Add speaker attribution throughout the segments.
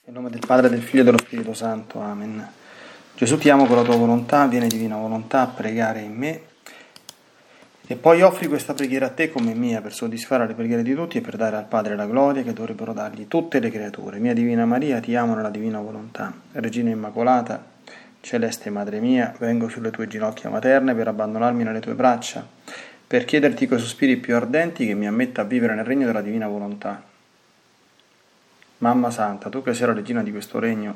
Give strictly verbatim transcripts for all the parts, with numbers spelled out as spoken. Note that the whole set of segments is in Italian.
Speaker 1: Nel nome del Padre, del Figlio e dello Spirito Santo. Amen. Gesù, ti amo con la tua volontà, viene divina volontà a pregare in me e poi offri questa preghiera a te come mia per soddisfare le preghiere di tutti e per dare al Padre la gloria che dovrebbero dargli tutte le creature. Mia Divina Maria, ti amo nella divina volontà. Regina Immacolata, celeste Madre mia, vengo sulle tue ginocchia materne per abbandonarmi nelle tue braccia, per chiederti coi sospiri più ardenti che mi ammetta a vivere nel regno della divina volontà. Mamma Santa, tu che sei la regina di questo regno,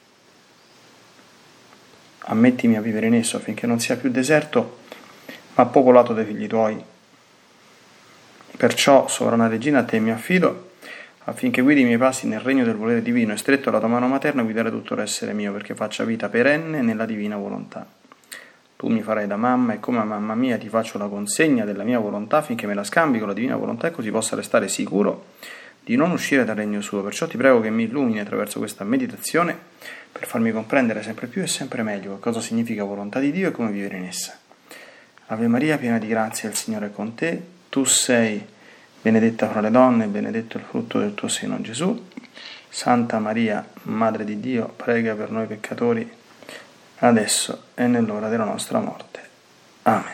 Speaker 1: ammettimi a vivere in esso affinché non sia più deserto, ma popolato dai figli tuoi. Perciò, sovrana regina, a te mi affido, affinché guidi i miei passi nel regno del volere divino e stretto alla tua mano materna guidare tutto l'essere mio, perché faccia vita perenne nella divina volontà. Tu mi farai da mamma e come mamma mia ti faccio la consegna della mia volontà affinché me la scambi con la divina volontà e così possa restare sicuro di non uscire dal regno suo. Perciò ti prego che mi illumini attraverso questa meditazione per farmi comprendere sempre più e sempre meglio cosa significa volontà di Dio e come vivere in essa. Ave Maria, piena di grazia, il Signore è con te. Tu sei benedetta fra le donne e benedetto il frutto del tuo seno, Gesù. Santa Maria, Madre di Dio, prega per noi peccatori, adesso e nell'ora della nostra morte. Amen.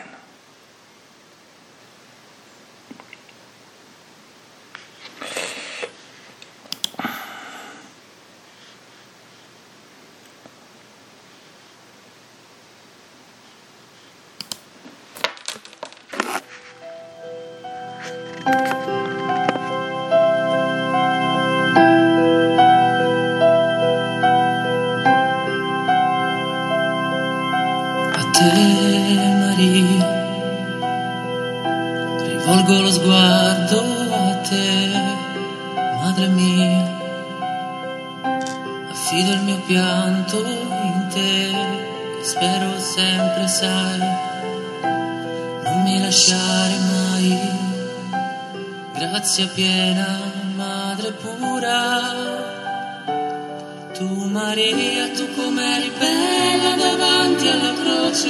Speaker 2: Rivolgo lo sguardo a te, Madre mia, affido il mio pianto in te, che spero sempre sai, non mi lasciare mai, grazia piena, Madre pura. Tu Maria, tu com'eri bella davanti alla croce,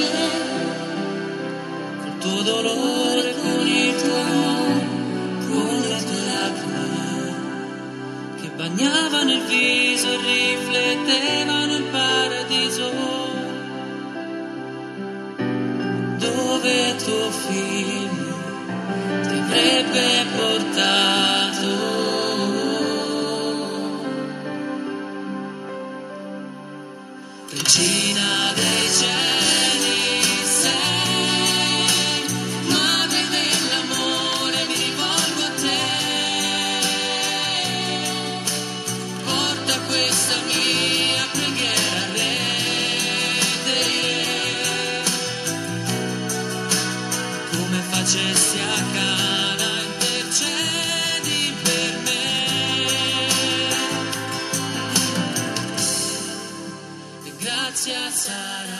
Speaker 2: col tuo dolore, con il tuo amore, con le tue lacrime che bagnavano il viso e riflettevano il paradiso, dove tuo figlio ti avrebbe portato. Regina dei cieli sei, Madre dell'amore, mi rivolgo a te, porta questa mia preghiera a rete, come facessi a Cana, intercedi per me. Grazia sarà.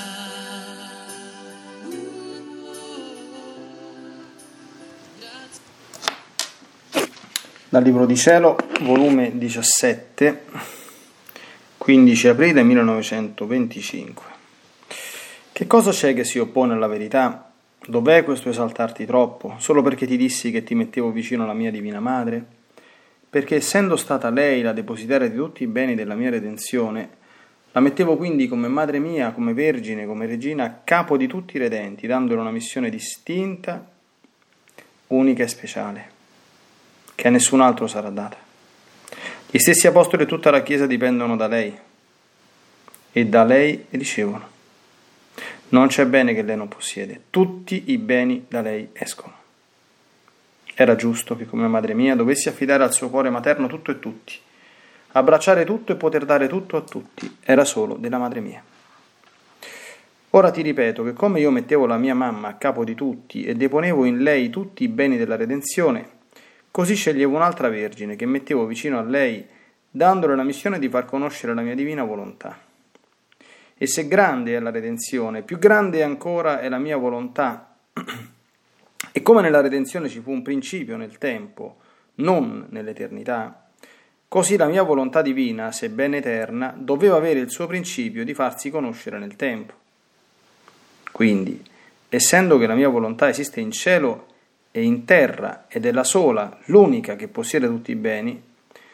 Speaker 1: Dal Libro di Cielo, volume diciassette, quindici aprile millenovecentoventicinque. Che cosa c'è che si oppone alla verità? Dov'è questo esaltarti troppo? Solo perché ti dissi che ti mettevo vicino alla mia Divina Madre? Perché essendo stata lei la depositaria di tutti i beni della mia redenzione, la mettevo quindi come madre mia, come vergine, come regina, a capo di tutti i redenti, dandole una missione distinta, unica e speciale, che a nessun altro sarà data. Gli stessi apostoli e tutta la Chiesa dipendono da lei, e da lei ricevono. Non c'è bene che lei non possiede, tutti i beni da lei escono. Era giusto che come madre mia dovessi affidare al suo cuore materno tutto e tutti, abbracciare tutto e poter dare tutto a tutti, era solo della madre mia. Ora ti ripeto che come io mettevo la mia mamma a capo di tutti e deponevo in lei tutti i beni della redenzione, così sceglievo un'altra vergine che mettevo vicino a lei, dandole la missione di far conoscere la mia divina volontà. E se grande è la redenzione, più grande ancora è la mia volontà. E come nella redenzione ci fu un principio nel tempo, non nell'eternità, così la mia volontà divina, sebbene eterna, doveva avere il suo principio di farsi conoscere nel tempo. Quindi, essendo che la mia volontà esiste in cielo, e in terra ed è la sola, l'unica che possiede tutti i beni,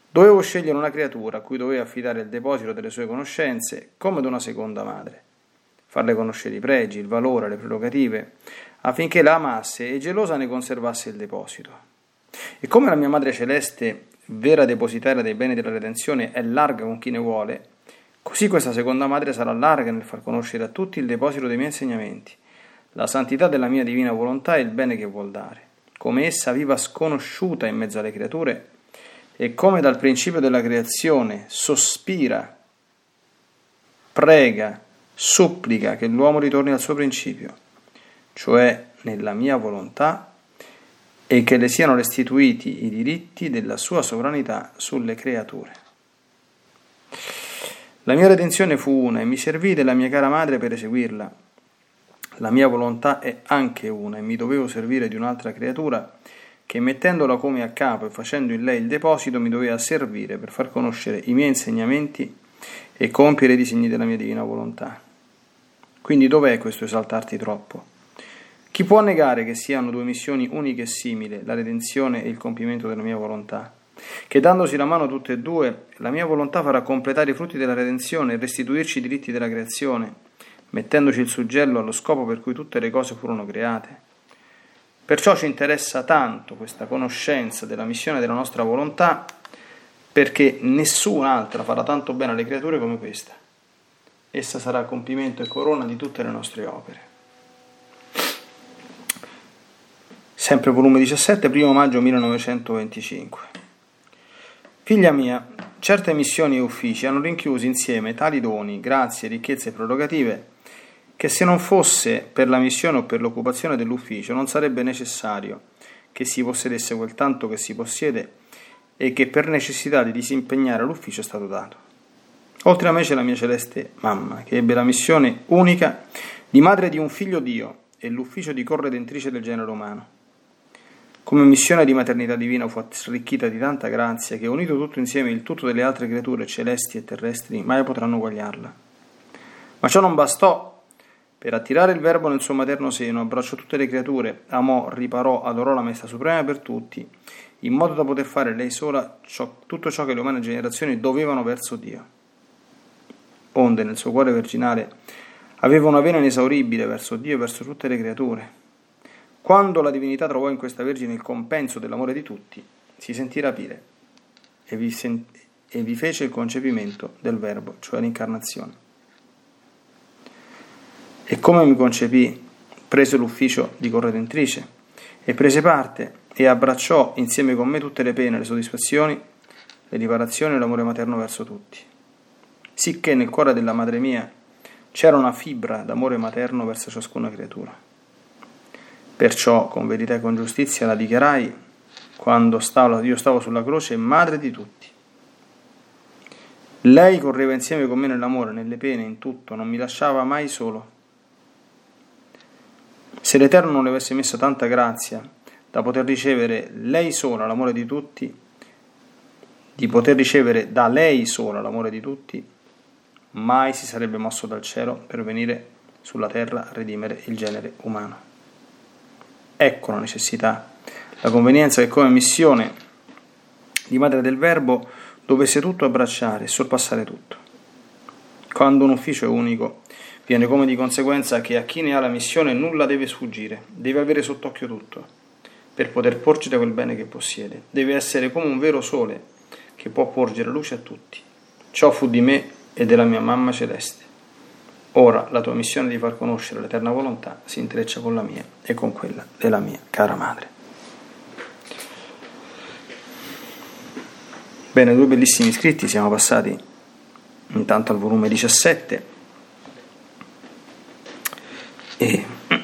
Speaker 1: Dovevo scegliere una creatura a cui dovevo affidare il deposito delle sue conoscenze come ad una seconda madre, farle conoscere i pregi, il valore, le prerogative, affinché la amasse e gelosa ne conservasse il deposito. E come la mia Madre Celeste, vera depositaria dei beni della redenzione, è larga con chi ne vuole, così questa seconda madre sarà larga nel far conoscere a tutti il deposito dei miei insegnamenti, la santità della mia divina volontà e il bene che vuol dare, come essa viva sconosciuta in mezzo alle creature e come dal principio della creazione sospira, prega, supplica che l'uomo ritorni al suo principio, cioè nella mia volontà, e che le siano restituiti i diritti della sua sovranità sulle creature. La mia redenzione fu una e mi servì della mia cara madre per eseguirla. La mia volontà è anche una e mi dovevo servire di un'altra creatura che, mettendola come a capo e facendo in lei il deposito, mi doveva servire per far conoscere i miei insegnamenti e compiere i disegni della mia divina volontà. Quindi dov'è questo esaltarti troppo? Chi può negare che siano due missioni uniche e simili, la redenzione e il compimento della mia volontà? Che dandosi la mano tutte e due, la mia volontà farà completare i frutti della redenzione e restituirci i diritti della creazione, mettendoci il suggello allo scopo per cui tutte le cose furono create. Perciò ci interessa tanto questa conoscenza della missione della nostra volontà, perché nessun'altra farà tanto bene alle creature come questa. Essa sarà compimento e corona di tutte le nostre opere. Sempre volume diciassette, primo maggio millenovecentoventicinque. Figlia mia, certe missioni e uffici hanno rinchiusi insieme tali doni, grazie, ricchezze e prerogative che se non fosse per la missione o per l'occupazione dell'ufficio non sarebbe necessario che si possedesse quel tanto che si possiede e che per necessità di disimpegnare l'ufficio è stato dato. Oltre a me c'è la mia celeste mamma, che ebbe la missione unica di madre di un figlio Dio e l'ufficio di corredentrice del genere umano. Come missione di maternità divina fu arricchita di tanta grazia che, unito tutto insieme il tutto delle altre creature celesti e terrestri, mai potranno uguagliarla. Ma ciò non bastò. Per attirare il Verbo nel suo materno seno, abbracciò tutte le creature, amò, riparò, adorò la Maestà Suprema per tutti, in modo da poter fare lei sola ciò, tutto ciò che le umane generazioni dovevano verso Dio. Onde nel suo cuore virginale aveva una vena inesauribile verso Dio e verso tutte le creature. Quando la divinità trovò in questa Vergine il compenso dell'amore di tutti, si sentì rapire e vi, sen- e vi fece il concepimento del Verbo, cioè l'incarnazione. E come mi concepì, prese l'ufficio di corredentrice e prese parte e abbracciò insieme con me tutte le pene, le soddisfazioni, le riparazioni e l'amore materno verso tutti. Sicché nel cuore della madre mia c'era una fibra d'amore materno verso ciascuna creatura. Perciò con verità e con giustizia la dichiarai quando stavo, io stavo sulla croce, madre di tutti. Lei correva insieme con me nell'amore, nelle pene, in tutto, non mi lasciava mai solo. Se l'Eterno non le avesse messo tanta grazia da poter ricevere lei sola l'amore di tutti, di poter ricevere da lei sola l'amore di tutti, mai si sarebbe mosso dal cielo per venire sulla terra a redimere il genere umano. Ecco la necessità, la convenienza che come missione di Madre del Verbo dovesse tutto abbracciare e sorpassare tutto. Quando un ufficio è unico, viene come di conseguenza che a chi ne ha la missione nulla deve sfuggire, deve avere sott'occhio tutto, per poter porgere quel bene che possiede. Deve essere come un vero sole che può porgere luce a tutti. Ciò fu di me e della mia mamma celeste. Ora la tua missione di far conoscere l'eterna volontà si intreccia con la mia e con quella della mia cara madre. Bene, due bellissimi scritti, siamo passati intanto al volume diciassette e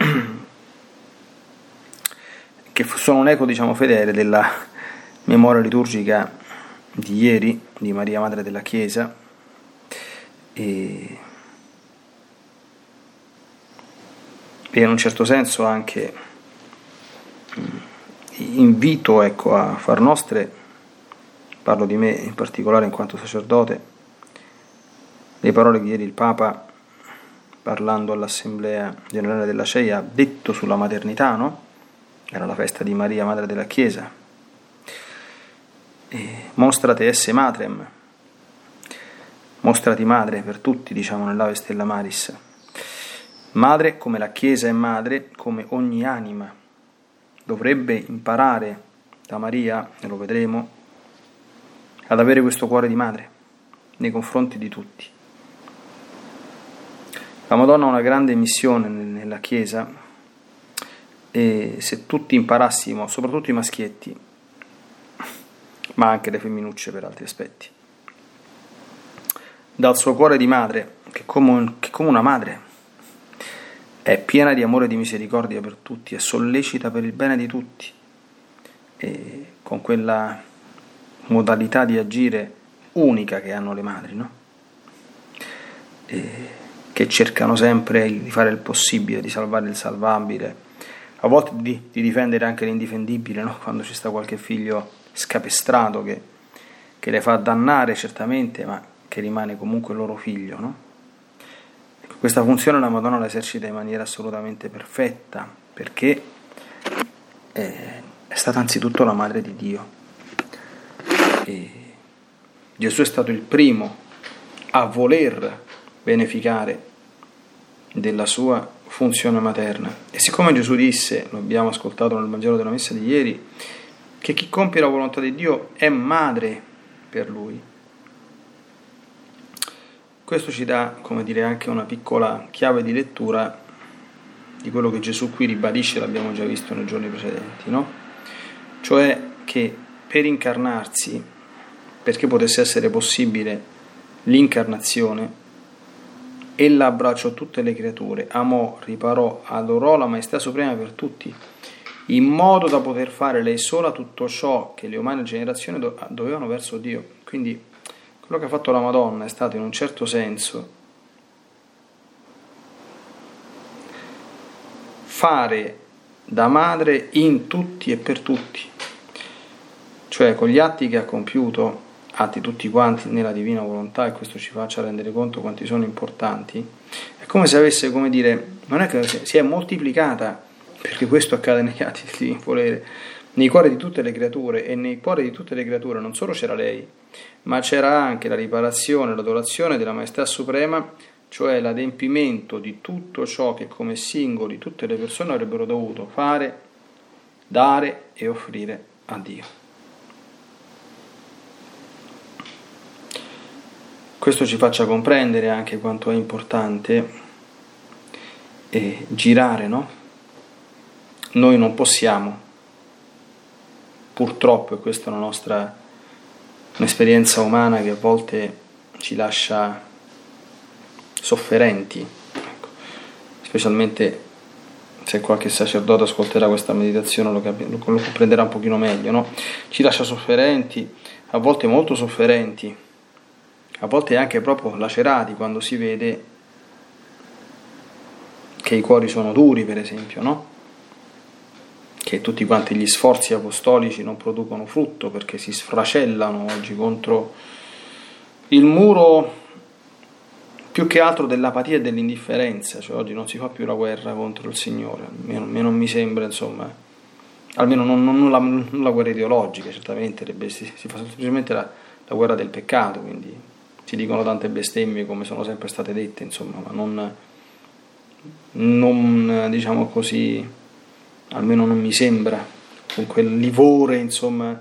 Speaker 1: che sono un eco, diciamo, fedele della memoria liturgica di ieri di Maria Madre della Chiesa e, e in un certo senso anche invito, ecco, a far nostre, parlo di me in particolare in quanto sacerdote, le parole che ieri il Papa, parlando all'Assemblea Generale della C E I, ha detto sulla maternità, no? Era la festa di Maria Madre della Chiesa. E mostrate esse matrem, mostrati madre per tutti, diciamo nell'Ave Stella Maris. Madre come la Chiesa è madre, come ogni anima dovrebbe imparare da Maria, e lo vedremo, ad avere questo cuore di madre nei confronti di tutti. La Madonna ha una grande missione nella Chiesa, e se tutti imparassimo, soprattutto i maschietti, ma anche le femminucce per altri aspetti, dal suo cuore di madre, che come, che come una madre è piena di amore e di misericordia per tutti, è sollecita per il bene di tutti, e con quella modalità di agire unica che hanno le madri, no? E che cercano sempre di fare il possibile, di salvare il salvabile, a volte di, di difendere anche l'indifendibile, no? Quando ci sta qualche figlio scapestrato che, che le fa dannare certamente, ma che rimane comunque il loro figlio, no? Ecco, questa funzione la Madonna la esercita in maniera assolutamente perfetta, perché è, è stata anzitutto la madre di Dio. E Gesù è stato il primo a voler beneficare della sua funzione materna. E siccome Gesù disse, lo abbiamo ascoltato nel Vangelo della Messa di ieri, che chi compie la volontà di Dio è madre per lui, questo ci dà, come dire, anche una piccola chiave di lettura di quello che Gesù qui ribadisce, l'abbiamo già visto nei giorni precedenti, no? Cioè che per incarnarsi, perché potesse essere possibile l'incarnazione, ella abbracciò tutte le creature, amò, riparò, adorò la Maestà Suprema per tutti, in modo da poter fare lei sola tutto ciò che le umane generazioni do- dovevano verso Dio. Quindi quello che ha fatto la Madonna è stato in un certo senso fare da madre in tutti e per tutti, cioè con gli atti che ha compiuto, atti tutti quanti nella divina volontà, e questo ci faccia rendere conto quanti sono importanti. È come se avesse, come dire, non è che si è moltiplicata, perché questo accade negli atti del divino volere, nei cuori di tutte le creature, e nei cuori di tutte le creature non solo c'era lei, ma c'era anche la riparazione, l'adorazione della Maestà Suprema, cioè l'adempimento di tutto ciò che come singoli tutte le persone avrebbero dovuto fare, dare e offrire a Dio. Questo ci faccia comprendere anche quanto è importante eh, girare, no? Noi non possiamo, purtroppo, e questa è una nostra un'esperienza umana che a volte ci lascia sofferenti, ecco. Specialmente se qualche sacerdote ascolterà questa meditazione lo, cap- lo comprenderà un pochino meglio, no? Ci lascia sofferenti, a volte molto sofferenti, a volte anche proprio lacerati, quando si vede che i cuori sono duri, per esempio, no? Che tutti quanti gli sforzi apostolici non producono frutto perché si sfracellano oggi contro il muro più che altro dell'apatia e dell'indifferenza. Cioè oggi non si fa più la guerra contro il Signore, almeno, almeno non mi sembra, insomma, almeno non, non, non, la, non la guerra ideologica, certamente si, si fa semplicemente la, la guerra del peccato, quindi si dicono tante bestemmie come sono sempre state dette, insomma, ma non, non diciamo così, almeno non mi sembra, con quel livore, insomma,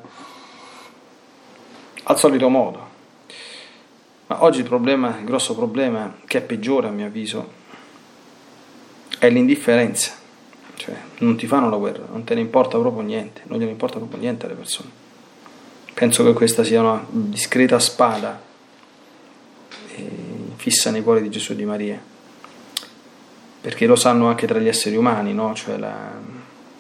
Speaker 1: al solito modo. Ma oggi il problema, il grosso problema, che è peggiore a mio avviso, è l'indifferenza. Cioè, non ti fanno la guerra, non te ne importa proprio niente, non gliene importa proprio niente alle persone. Penso che questa sia una discreta spada eh, fissa nei cuori di Gesù e di Maria, perché lo sanno anche tra gli esseri umani, no? Cioè la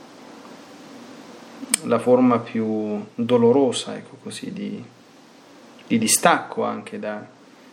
Speaker 1: la forma più dolorosa, ecco così, di, di distacco anche da,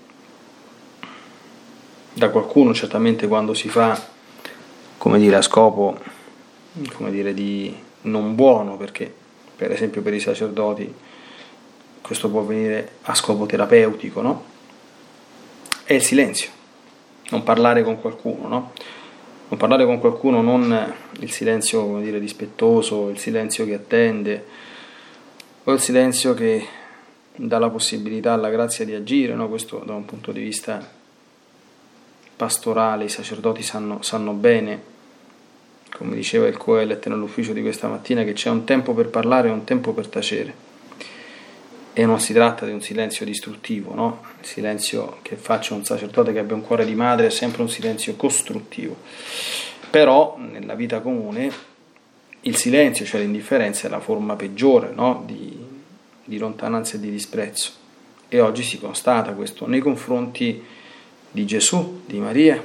Speaker 1: da qualcuno, certamente quando si fa, come dire, a scopo, come dire, di non buono, perché per esempio per i sacerdoti questo può avvenire a scopo terapeutico, no? È il silenzio, non parlare con qualcuno, no? Non parlare con qualcuno, non il silenzio, come dire, dispettoso, il silenzio che attende, o il silenzio che dà la possibilità alla grazia di agire, no? Questo da un punto di vista pastorale i sacerdoti sanno, sanno bene, come diceva il Coelet nell'ufficio di questa mattina, che c'è un tempo per parlare e un tempo per tacere, e non si tratta di un silenzio distruttivo, no? Il silenzio che faccia un sacerdote che abbia un cuore di madre è sempre un silenzio costruttivo, però nella vita comune il silenzio, cioè l'indifferenza, è la forma peggiore, no? di, di lontananza e di disprezzo, e oggi si constata questo nei confronti di Gesù, di Maria.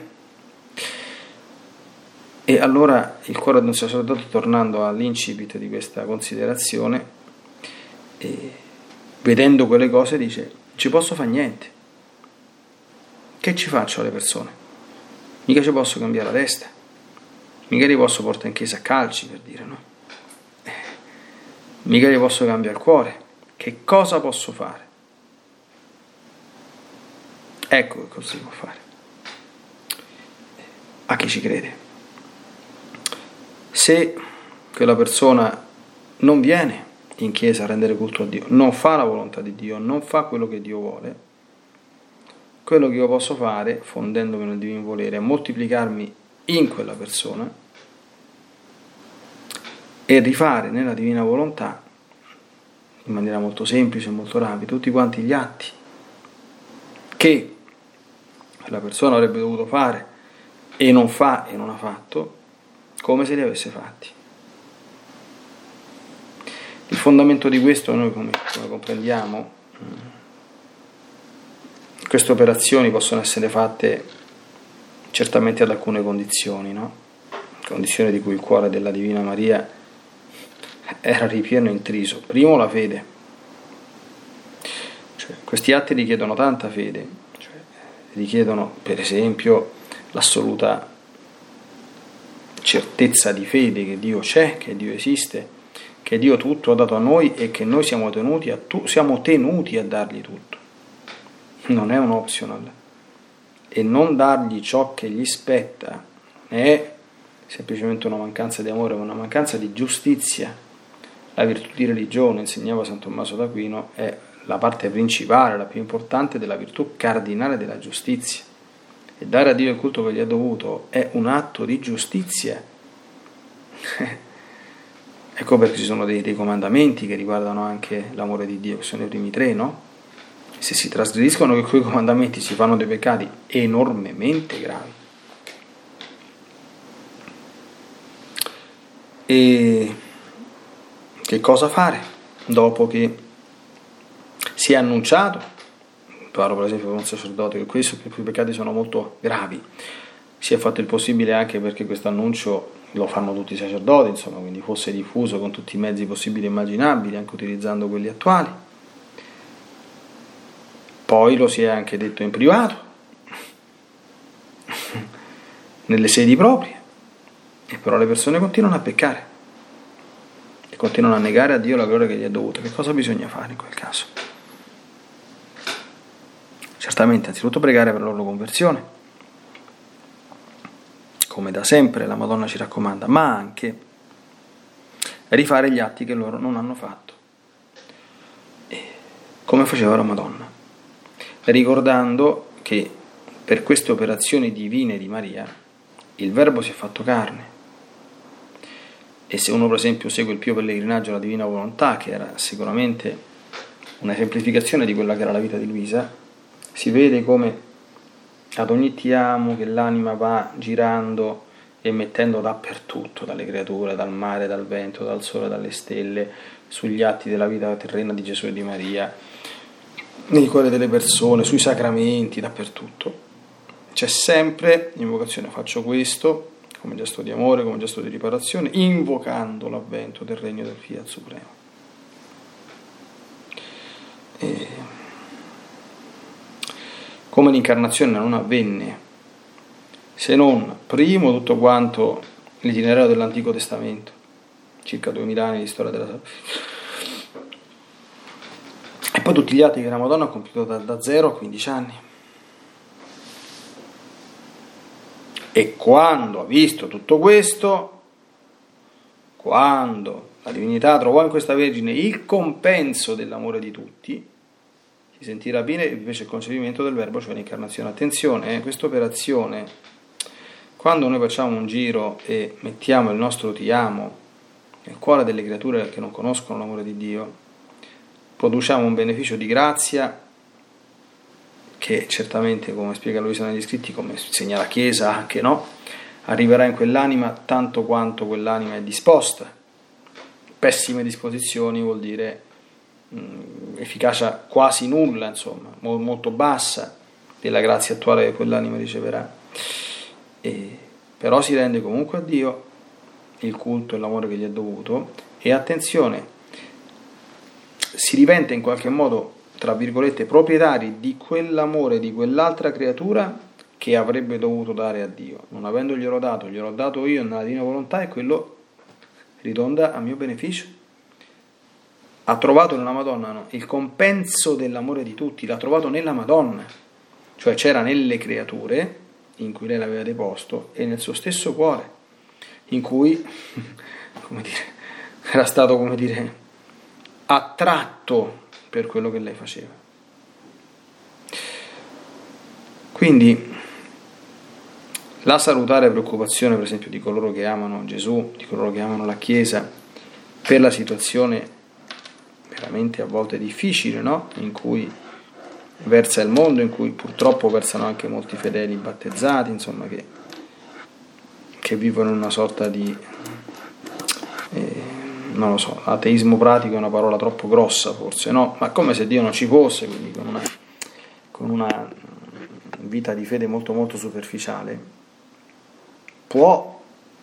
Speaker 1: E allora il cuore di un sacerdote, tornando all'incipit di questa considerazione, eh, vedendo quelle cose dice: non ci posso fare niente, che ci faccio alle persone? Mica ci posso cambiare la testa, mica li posso portare in chiesa a calci, per dire, no? Eh, mica li posso cambiare il cuore, che cosa posso fare? Ecco che cosa si può fare a chi ci crede. Se quella persona non viene in chiesa a rendere culto a Dio, non fa la volontà di Dio, non fa quello che Dio vuole, quello che io posso fare, fondendomi nel divino volere, è moltiplicarmi in quella persona e rifare nella divina volontà, in maniera molto semplice e molto rapida, tutti quanti gli atti che la persona avrebbe dovuto fare e non fa e non ha fatto, come se li avesse fatti. Il fondamento di questo, noi come, come comprendiamo, queste operazioni possono essere fatte certamente ad alcune condizioni, no? Condizioni di cui il cuore della Divina Maria era ripieno e intriso. Primo, la fede. Cioè, questi atti richiedono tanta fede, cioè, richiedono per esempio l'assoluta certezza di fede che Dio c'è, che Dio esiste, che Dio tutto ha dato a noi e che noi siamo tenuti a, tu, siamo tenuti a dargli tutto. Non è un optional. E non dargli ciò che gli spetta è semplicemente una mancanza di amore, ma una mancanza di giustizia. La virtù di religione, insegnava San Tommaso d'Aquino, è la parte principale, la più importante della virtù cardinale della giustizia. E dare a Dio il culto che gli è dovuto è un atto di giustizia. Ecco perché ci sono dei, dei comandamenti che riguardano anche l'amore di Dio, che sono i primi tre, no? Se si trasgrediscono quei comandamenti si fanno dei peccati enormemente gravi. E che cosa fare dopo che si è annunciato? Parlo per esempio con un sacerdote che questo, che i peccati sono molto gravi. Si è fatto il possibile anche perché questo annuncio lo fanno tutti i sacerdoti, insomma, quindi fosse diffuso con tutti i mezzi possibili e immaginabili, anche utilizzando quelli attuali. Poi lo si è anche detto in privato, nelle sedi proprie, e però le persone continuano a peccare e continuano a negare a Dio la gloria che gli è dovuta. Che cosa bisogna fare in quel caso? Certamente, anzitutto pregare per la loro conversione, come da sempre la Madonna ci raccomanda, ma anche rifare gli atti che loro non hanno fatto, e come faceva la Madonna, ricordando che per queste operazioni divine di Maria il Verbo si è fatto carne. E se uno per esempio segue il Pio Pellegrinaggio alla Divina Volontà, che era sicuramente una esemplificazione di quella che era la vita di Luisa, si vede come ad ogni ti amo che l'anima va girando e mettendo dappertutto, dalle creature, dal mare, dal vento, dal sole, dalle stelle, sugli atti della vita terrena di Gesù e di Maria, nei cuori delle persone, sui sacramenti, dappertutto. C'è sempre invocazione: faccio questo come gesto di amore, come gesto di riparazione, invocando l'avvento del regno del Fiat Supremo. E come l'incarnazione non avvenne se non primo tutto quanto l'itinerario dell'Antico Testamento, circa duemila anni di storia della salvezza, e poi tutti gli atti che la Madonna ha compiuto da, da zero a quindici anni. E quando ha visto tutto questo, quando la divinità trovò in questa Vergine il compenso dell'amore di tutti, di sentire rapire invece il concepimento del verbo, cioè l'incarnazione. Attenzione, eh, questa operazione, quando noi facciamo un giro e mettiamo il nostro ti amo nel cuore delle creature che non conoscono l'amore di Dio, produciamo un beneficio di grazia che certamente, come spiega Luisa negli scritti, come insegna la Chiesa anche, no? Arriverà in quell'anima tanto quanto quell'anima è disposta. Pessime disposizioni vuol dire mh, efficacia quasi nulla, insomma, mo- molto bassa della grazia attuale che quell'anima riceverà. E, però si rende comunque a Dio il culto e l'amore che gli è dovuto, e attenzione, si diventa in qualche modo, tra virgolette, proprietari di quell'amore di quell'altra creatura che avrebbe dovuto dare a Dio. Non avendoglielo dato, gliel'ho dato io nella divina volontà, e quello ridonda a mio beneficio. Ha trovato nella Madonna, no, il compenso dell'amore di tutti, l'ha trovato nella Madonna, cioè c'era nelle creature in cui lei l'aveva deposto e nel suo stesso cuore, in cui, come dire, era stato, come dire, attratto per quello che lei faceva. Quindi la salutare preoccupazione, per esempio, di coloro che amano Gesù, di coloro che amano la Chiesa, per la situazione veramente a volte difficile, no? In cui versa il mondo, in cui purtroppo versano anche molti fedeli battezzati, insomma, che, che vivono in una sorta di, eh, non lo so, ateismo pratico è una parola troppo grossa forse, no? Ma come se Dio non ci fosse, quindi con una, con una vita di fede molto molto superficiale, può,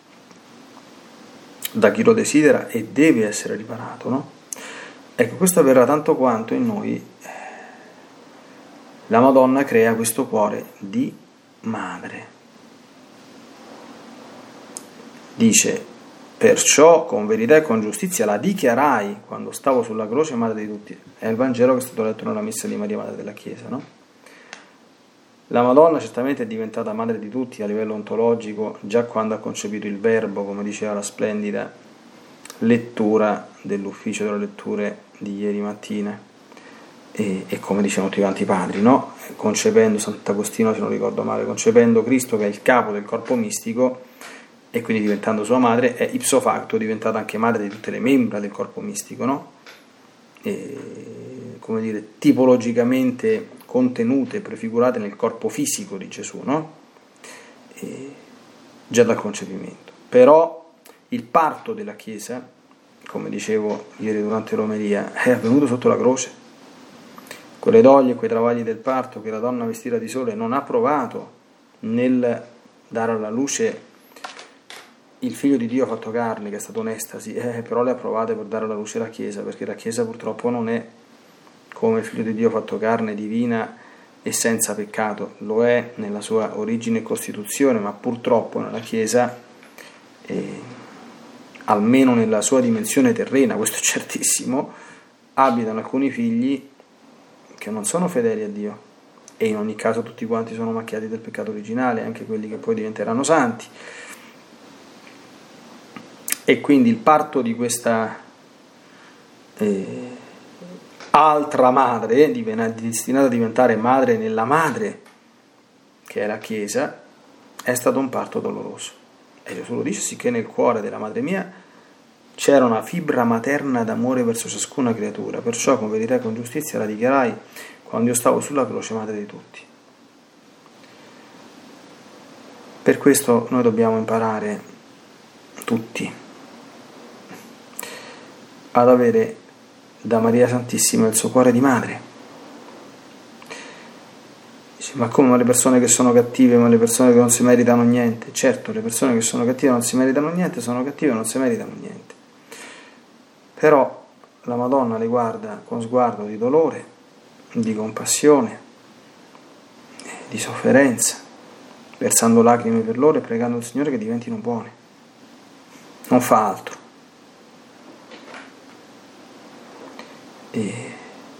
Speaker 1: da chi lo desidera, e deve essere riparato, no? Ecco, questo avverrà tanto quanto in noi la Madonna crea questo cuore di madre. Dice: perciò con verità e con giustizia la dichiarai quando stavo sulla croce madre di tutti. È il Vangelo che è stato letto nella messa di Maria Madre della Chiesa, no? La Madonna certamente è diventata madre di tutti a livello ontologico già quando ha concepito il Verbo, come diceva la splendida lettura dell'ufficio delle letture di ieri mattina, e, e come dicevano tutti quanti i padri, no? Concependo, Sant'Agostino se non ricordo male, concependo Cristo che è il capo del corpo mistico, e quindi diventando sua madre, è ipso facto diventata anche madre di tutte le membra del corpo mistico, no? E, come dire, tipologicamente contenute, prefigurate nel corpo fisico di Gesù, no? E, già dal concepimento. Però il parto della Chiesa, come dicevo ieri durante l'omelia, è avvenuto sotto la croce. Quelle doglie e quei travagli del parto che la donna vestita di sole non ha provato nel dare alla luce il figlio di Dio fatto carne, che è stato un'estasi, eh, però le ha provate per dare alla luce la Chiesa, perché la Chiesa purtroppo non è come il figlio di Dio fatto carne, divina e senza peccato. Lo è nella sua origine e costituzione, ma purtroppo nella Chiesa, eh, almeno nella sua dimensione terrena, questo è certissimo, abitano alcuni figli che non sono fedeli a Dio, e in ogni caso tutti quanti sono macchiati del peccato originale, anche quelli che poi diventeranno santi. E quindi il parto di questa eh, altra madre, destinata a diventare madre nella madre, che è la Chiesa, è stato un parto doloroso. E Gesù lo dice: sicché nel cuore della madre mia c'era una fibra materna d'amore verso ciascuna creatura, perciò con verità e con giustizia la dichiarai quando io stavo sulla croce madre di tutti. Per questo noi dobbiamo imparare tutti ad avere da Maria Santissima il suo cuore di madre. Dice: ma come, le persone che sono cattive, ma le persone che non si meritano niente? Certo, le persone che sono cattive e non si meritano niente sono cattive e non si meritano niente. Però la Madonna le guarda con sguardo di dolore, di compassione, di sofferenza, versando lacrime per loro e pregando il Signore che diventino buone. Non fa altro. E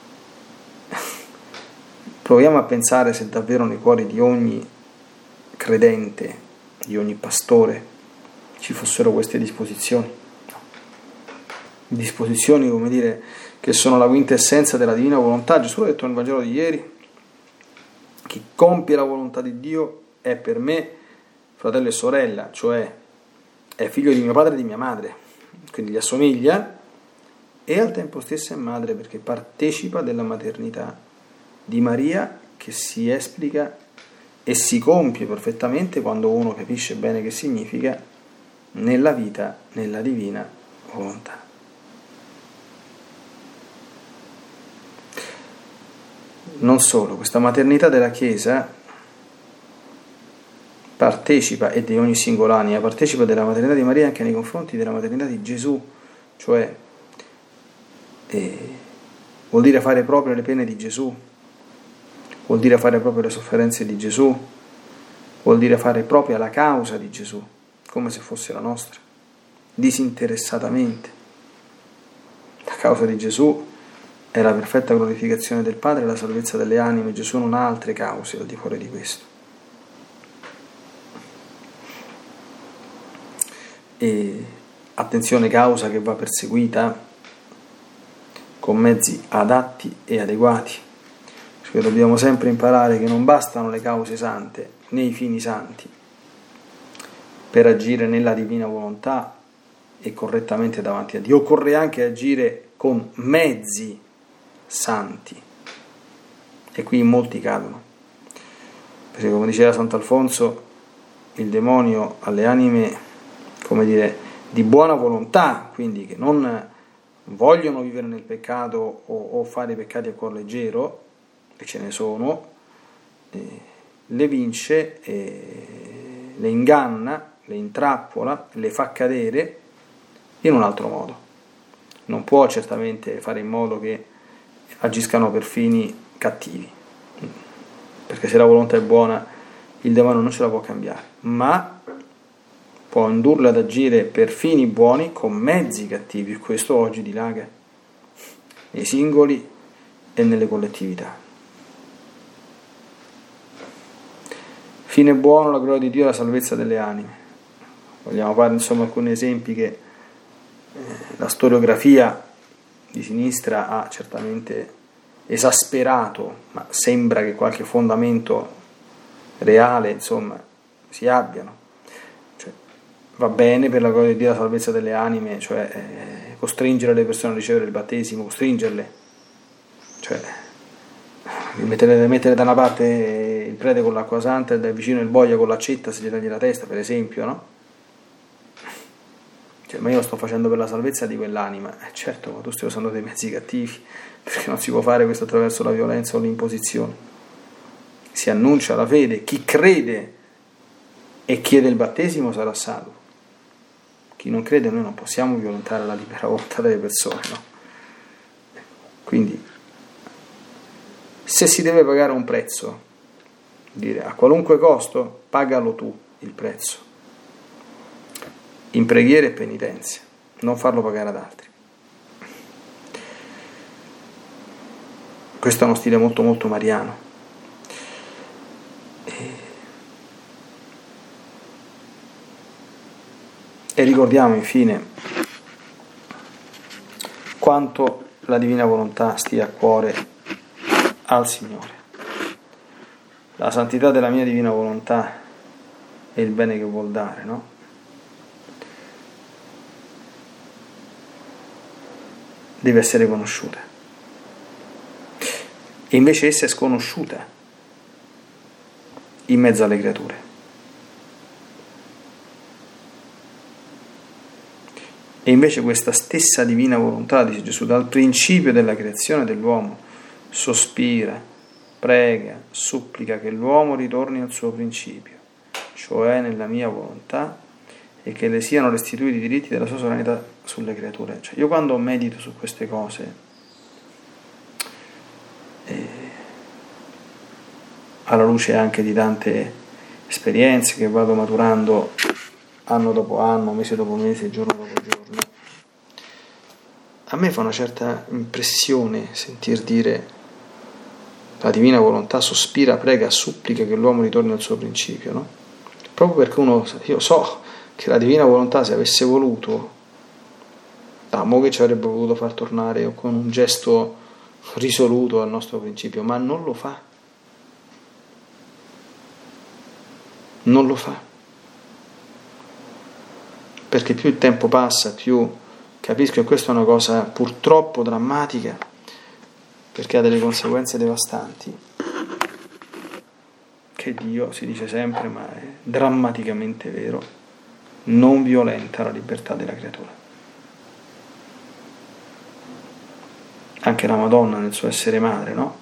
Speaker 1: proviamo a pensare se davvero nei cuori di ogni credente, di ogni pastore, ci fossero queste disposizioni. Disposizioni, come dire, che sono la quintessenza della divina volontà. Gesù l'ha detto nel Vangelo di ieri: chi compie la volontà di Dio è per me fratello e sorella, cioè è figlio di mio padre e di mia madre, quindi gli assomiglia, e al tempo stesso è madre perché partecipa della maternità di Maria, che si esplica e si compie perfettamente quando uno capisce bene che significa nella vita, nella divina volontà. Non solo, questa maternità della Chiesa partecipa, e di ogni singola anima, partecipa della maternità di Maria anche nei confronti della maternità di Gesù, cioè eh, vuol dire fare proprie le pene di Gesù, vuol dire fare proprio le sofferenze di Gesù, vuol dire fare propria la causa di Gesù, come se fosse la nostra, disinteressatamente. La causa di Gesù è la perfetta glorificazione del Padre e la salvezza delle anime. Gesù non ha altre cause al di fuori di questo. E attenzione, causa che va perseguita con mezzi adatti e adeguati, perché dobbiamo sempre imparare che non bastano le cause sante né i fini santi per agire nella divina volontà e correttamente davanti a Dio. Occorre anche agire con mezzi santi, e qui in molti cadono, perché come diceva Sant'Alfonso, il demonio alle anime, come dire, di buona volontà, quindi che non vogliono vivere nel peccato o, o fare i peccati a cuor leggero, e ce ne sono, eh, le vince, eh, le inganna, le intrappola, le fa cadere in un altro modo. Non può certamente fare in modo che agiscano per fini cattivi, perché se la volontà è buona il demonio non ce la può cambiare, ma può indurle ad agire per fini buoni con mezzi cattivi. Questo oggi dilaga nei singoli e nelle collettività. Fine buono, la gloria di Dio e la salvezza delle anime. Vogliamo fare insomma alcuni esempi che eh, la storiografia di sinistra ha certamente esasperato, ma sembra che qualche fondamento reale insomma si abbiano. Cioè, va bene per la gloria di Dio la salvezza delle anime, cioè eh, costringere le persone a ricevere il battesimo, costringerle, cioè mettere, mettere da una parte il prete con l'acqua santa e da vicino il boia con l'accetta se gli tagli la testa, per esempio, no? Cioè, ma io lo sto facendo per la salvezza di quell'anima. Eh, certo, ma tu stai usando dei mezzi cattivi, perché non si può fare questo attraverso la violenza o l'imposizione. Si annuncia la fede, chi crede e chiede il battesimo sarà salvo. Chi non crede, noi non possiamo violentare la libera volontà delle persone, no? Quindi, se si deve pagare un prezzo, dire a qualunque costo, pagalo tu il prezzo, in preghiera e penitenza, non farlo pagare ad altri. Questo è uno stile molto molto mariano. E, e ricordiamo infine quanto la divina volontà stia a cuore al Signore. La santità della mia divina volontà è il bene che vuol dare, no? Deve essere conosciuta, e invece essa è sconosciuta in mezzo alle creature. E invece questa stessa divina volontà, dice Gesù, dal principio della creazione dell'uomo sospira, prega, supplica che l'uomo ritorni al suo principio, cioè nella mia volontà, e che le siano restituiti i diritti della sua sovranità sulle creature. Cioè, io quando medito su queste cose, eh, alla luce anche di tante esperienze che vado maturando anno dopo anno, mese dopo mese, giorno dopo giorno, a me fa una certa impressione sentir dire la divina volontà sospira, prega, supplica che l'uomo ritorni al suo principio, no? Proprio perché uno, io so che la divina volontà, se avesse voluto, Ah, mo che ci avrebbe voluto far tornare con un gesto risoluto al nostro principio, ma non lo fa. Non lo fa. Perché più il tempo passa, più capisco che questa è una cosa purtroppo drammatica, perché ha delle conseguenze devastanti, che Dio, si dice sempre, ma è drammaticamente vero, non violenta la libertà della creatura. Anche la Madonna nel suo essere madre, no?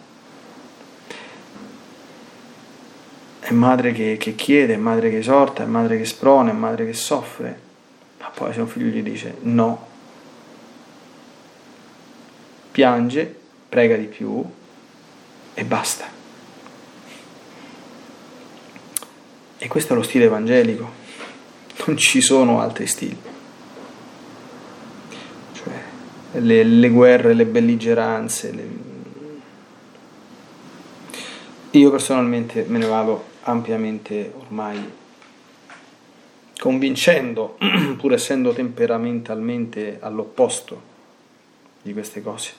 Speaker 1: È madre che, che chiede, è madre che esorta, è madre che sprona, è madre che soffre. Ma poi se un figlio gli dice no, piange, prega di più e basta. E questo è lo stile evangelico, non ci sono altri stili. Cioè le, le guerre, le belligeranze. Le... Io personalmente me ne vado ampiamente ormai convincendo, pur essendo temperamentalmente all'opposto di queste cose.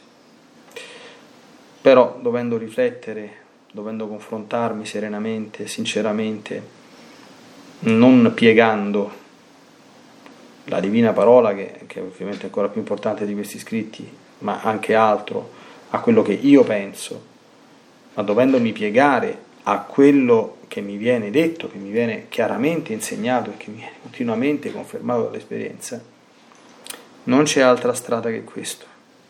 Speaker 1: Però dovendo riflettere, dovendo confrontarmi serenamente, sinceramente, non piegando la divina parola, che, che ovviamente è ancora più importante di questi scritti, ma anche altro, a quello che io penso, ma dovendomi piegare a quello che mi viene detto, che mi viene chiaramente insegnato e che mi viene continuamente confermato dall'esperienza, non c'è altra strada che questo.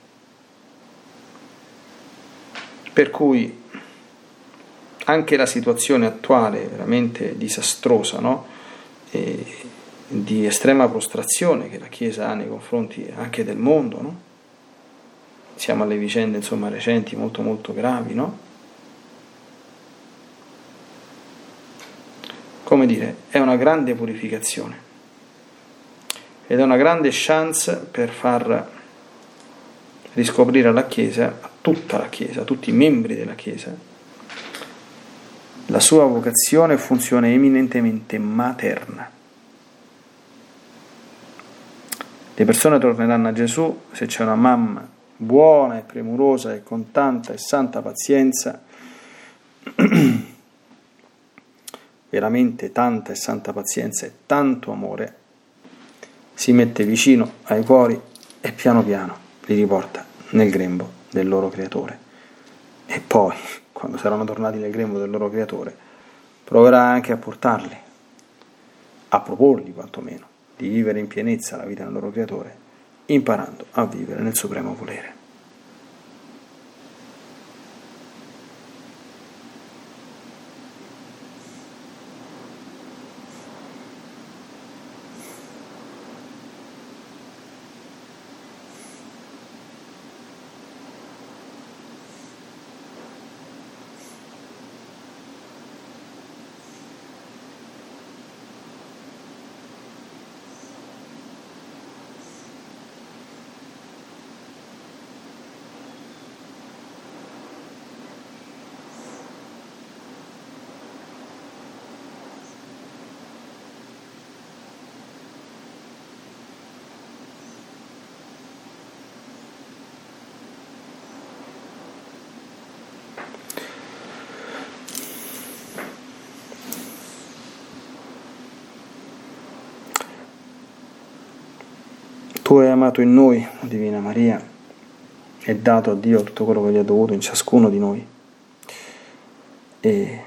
Speaker 1: Per cui anche la situazione attuale, veramente disastrosa, no? E di estrema prostrazione che la Chiesa ha nei confronti anche del mondo, no? Siamo alle vicende, insomma, recenti molto molto gravi, no? Come dire, è una grande purificazione ed è una grande chance per far riscoprire alla Chiesa, a tutta la Chiesa, a tutti i membri della Chiesa, la sua vocazione e funzione eminentemente materna. Le persone torneranno a Gesù se c'è una mamma buona e premurosa e con tanta e santa pazienza, veramente tanta e santa pazienza e tanto amore, si mette vicino ai cuori e piano piano li riporta nel grembo del loro creatore. E poi, quando saranno tornati nel grembo del loro creatore, proverà anche a portarli, a proporgli quantomeno, di vivere in pienezza la vita del loro creatore, imparando a vivere nel supremo volere. Tu hai amato in noi, Divina Maria, e dato a Dio tutto quello che gli è dovuto in ciascuno di noi. E,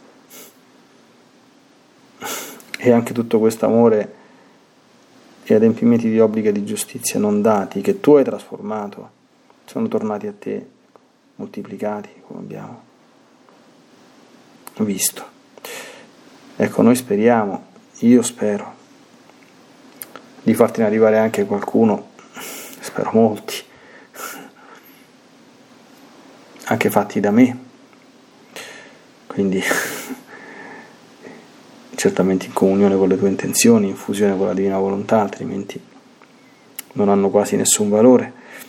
Speaker 1: e anche tutto questo amore e adempimenti di obblighi e di giustizia non dati, che tu hai trasformato, sono tornati a te, moltiplicati, come abbiamo visto. Ecco, noi speriamo, io spero, di fartene arrivare anche qualcuno, spero molti, anche fatti da me, quindi certamente in comunione con le tue intenzioni, in fusione con la divina volontà, altrimenti non hanno quasi nessun valore.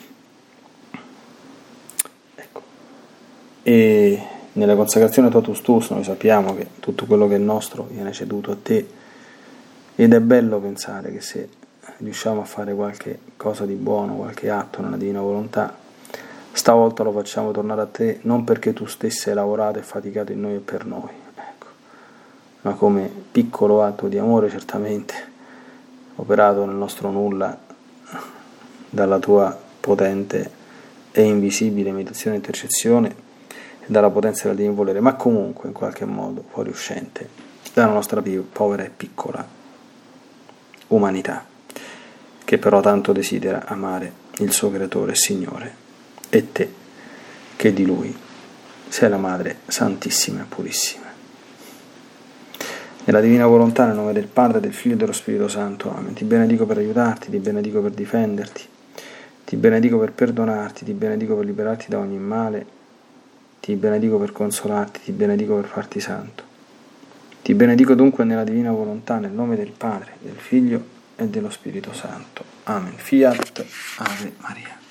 Speaker 1: Ecco. E nella consacrazione totus tuus noi sappiamo che tutto quello che è nostro viene ceduto a te, ed è bello pensare che se riusciamo a fare qualche cosa di buono, qualche atto nella divina volontà, stavolta lo facciamo tornare a te, non perché tu stessi hai lavorato e faticato in noi e per noi, ecco, ma come piccolo atto di amore certamente, operato nel nostro nulla dalla tua potente e invisibile meditazione e intercessione e dalla potenza del divino volere, ma comunque in qualche modo fuoriuscente dalla nostra povera e piccola umanità, che però tanto desidera amare il suo creatore e Signore, e te, che di Lui sei la Madre Santissima e Purissima. Nella divina volontà, nel nome del Padre, del Figlio e dello Spirito Santo. Amen. Ti benedico per aiutarti, ti benedico per difenderti, ti benedico per perdonarti, ti benedico per liberarti da ogni male, ti benedico per consolarti, ti benedico per farti santo. Ti benedico dunque nella divina volontà, nel nome del Padre, del Figlio e dello Spirito Santo. Amen. Fiat Ave Maria.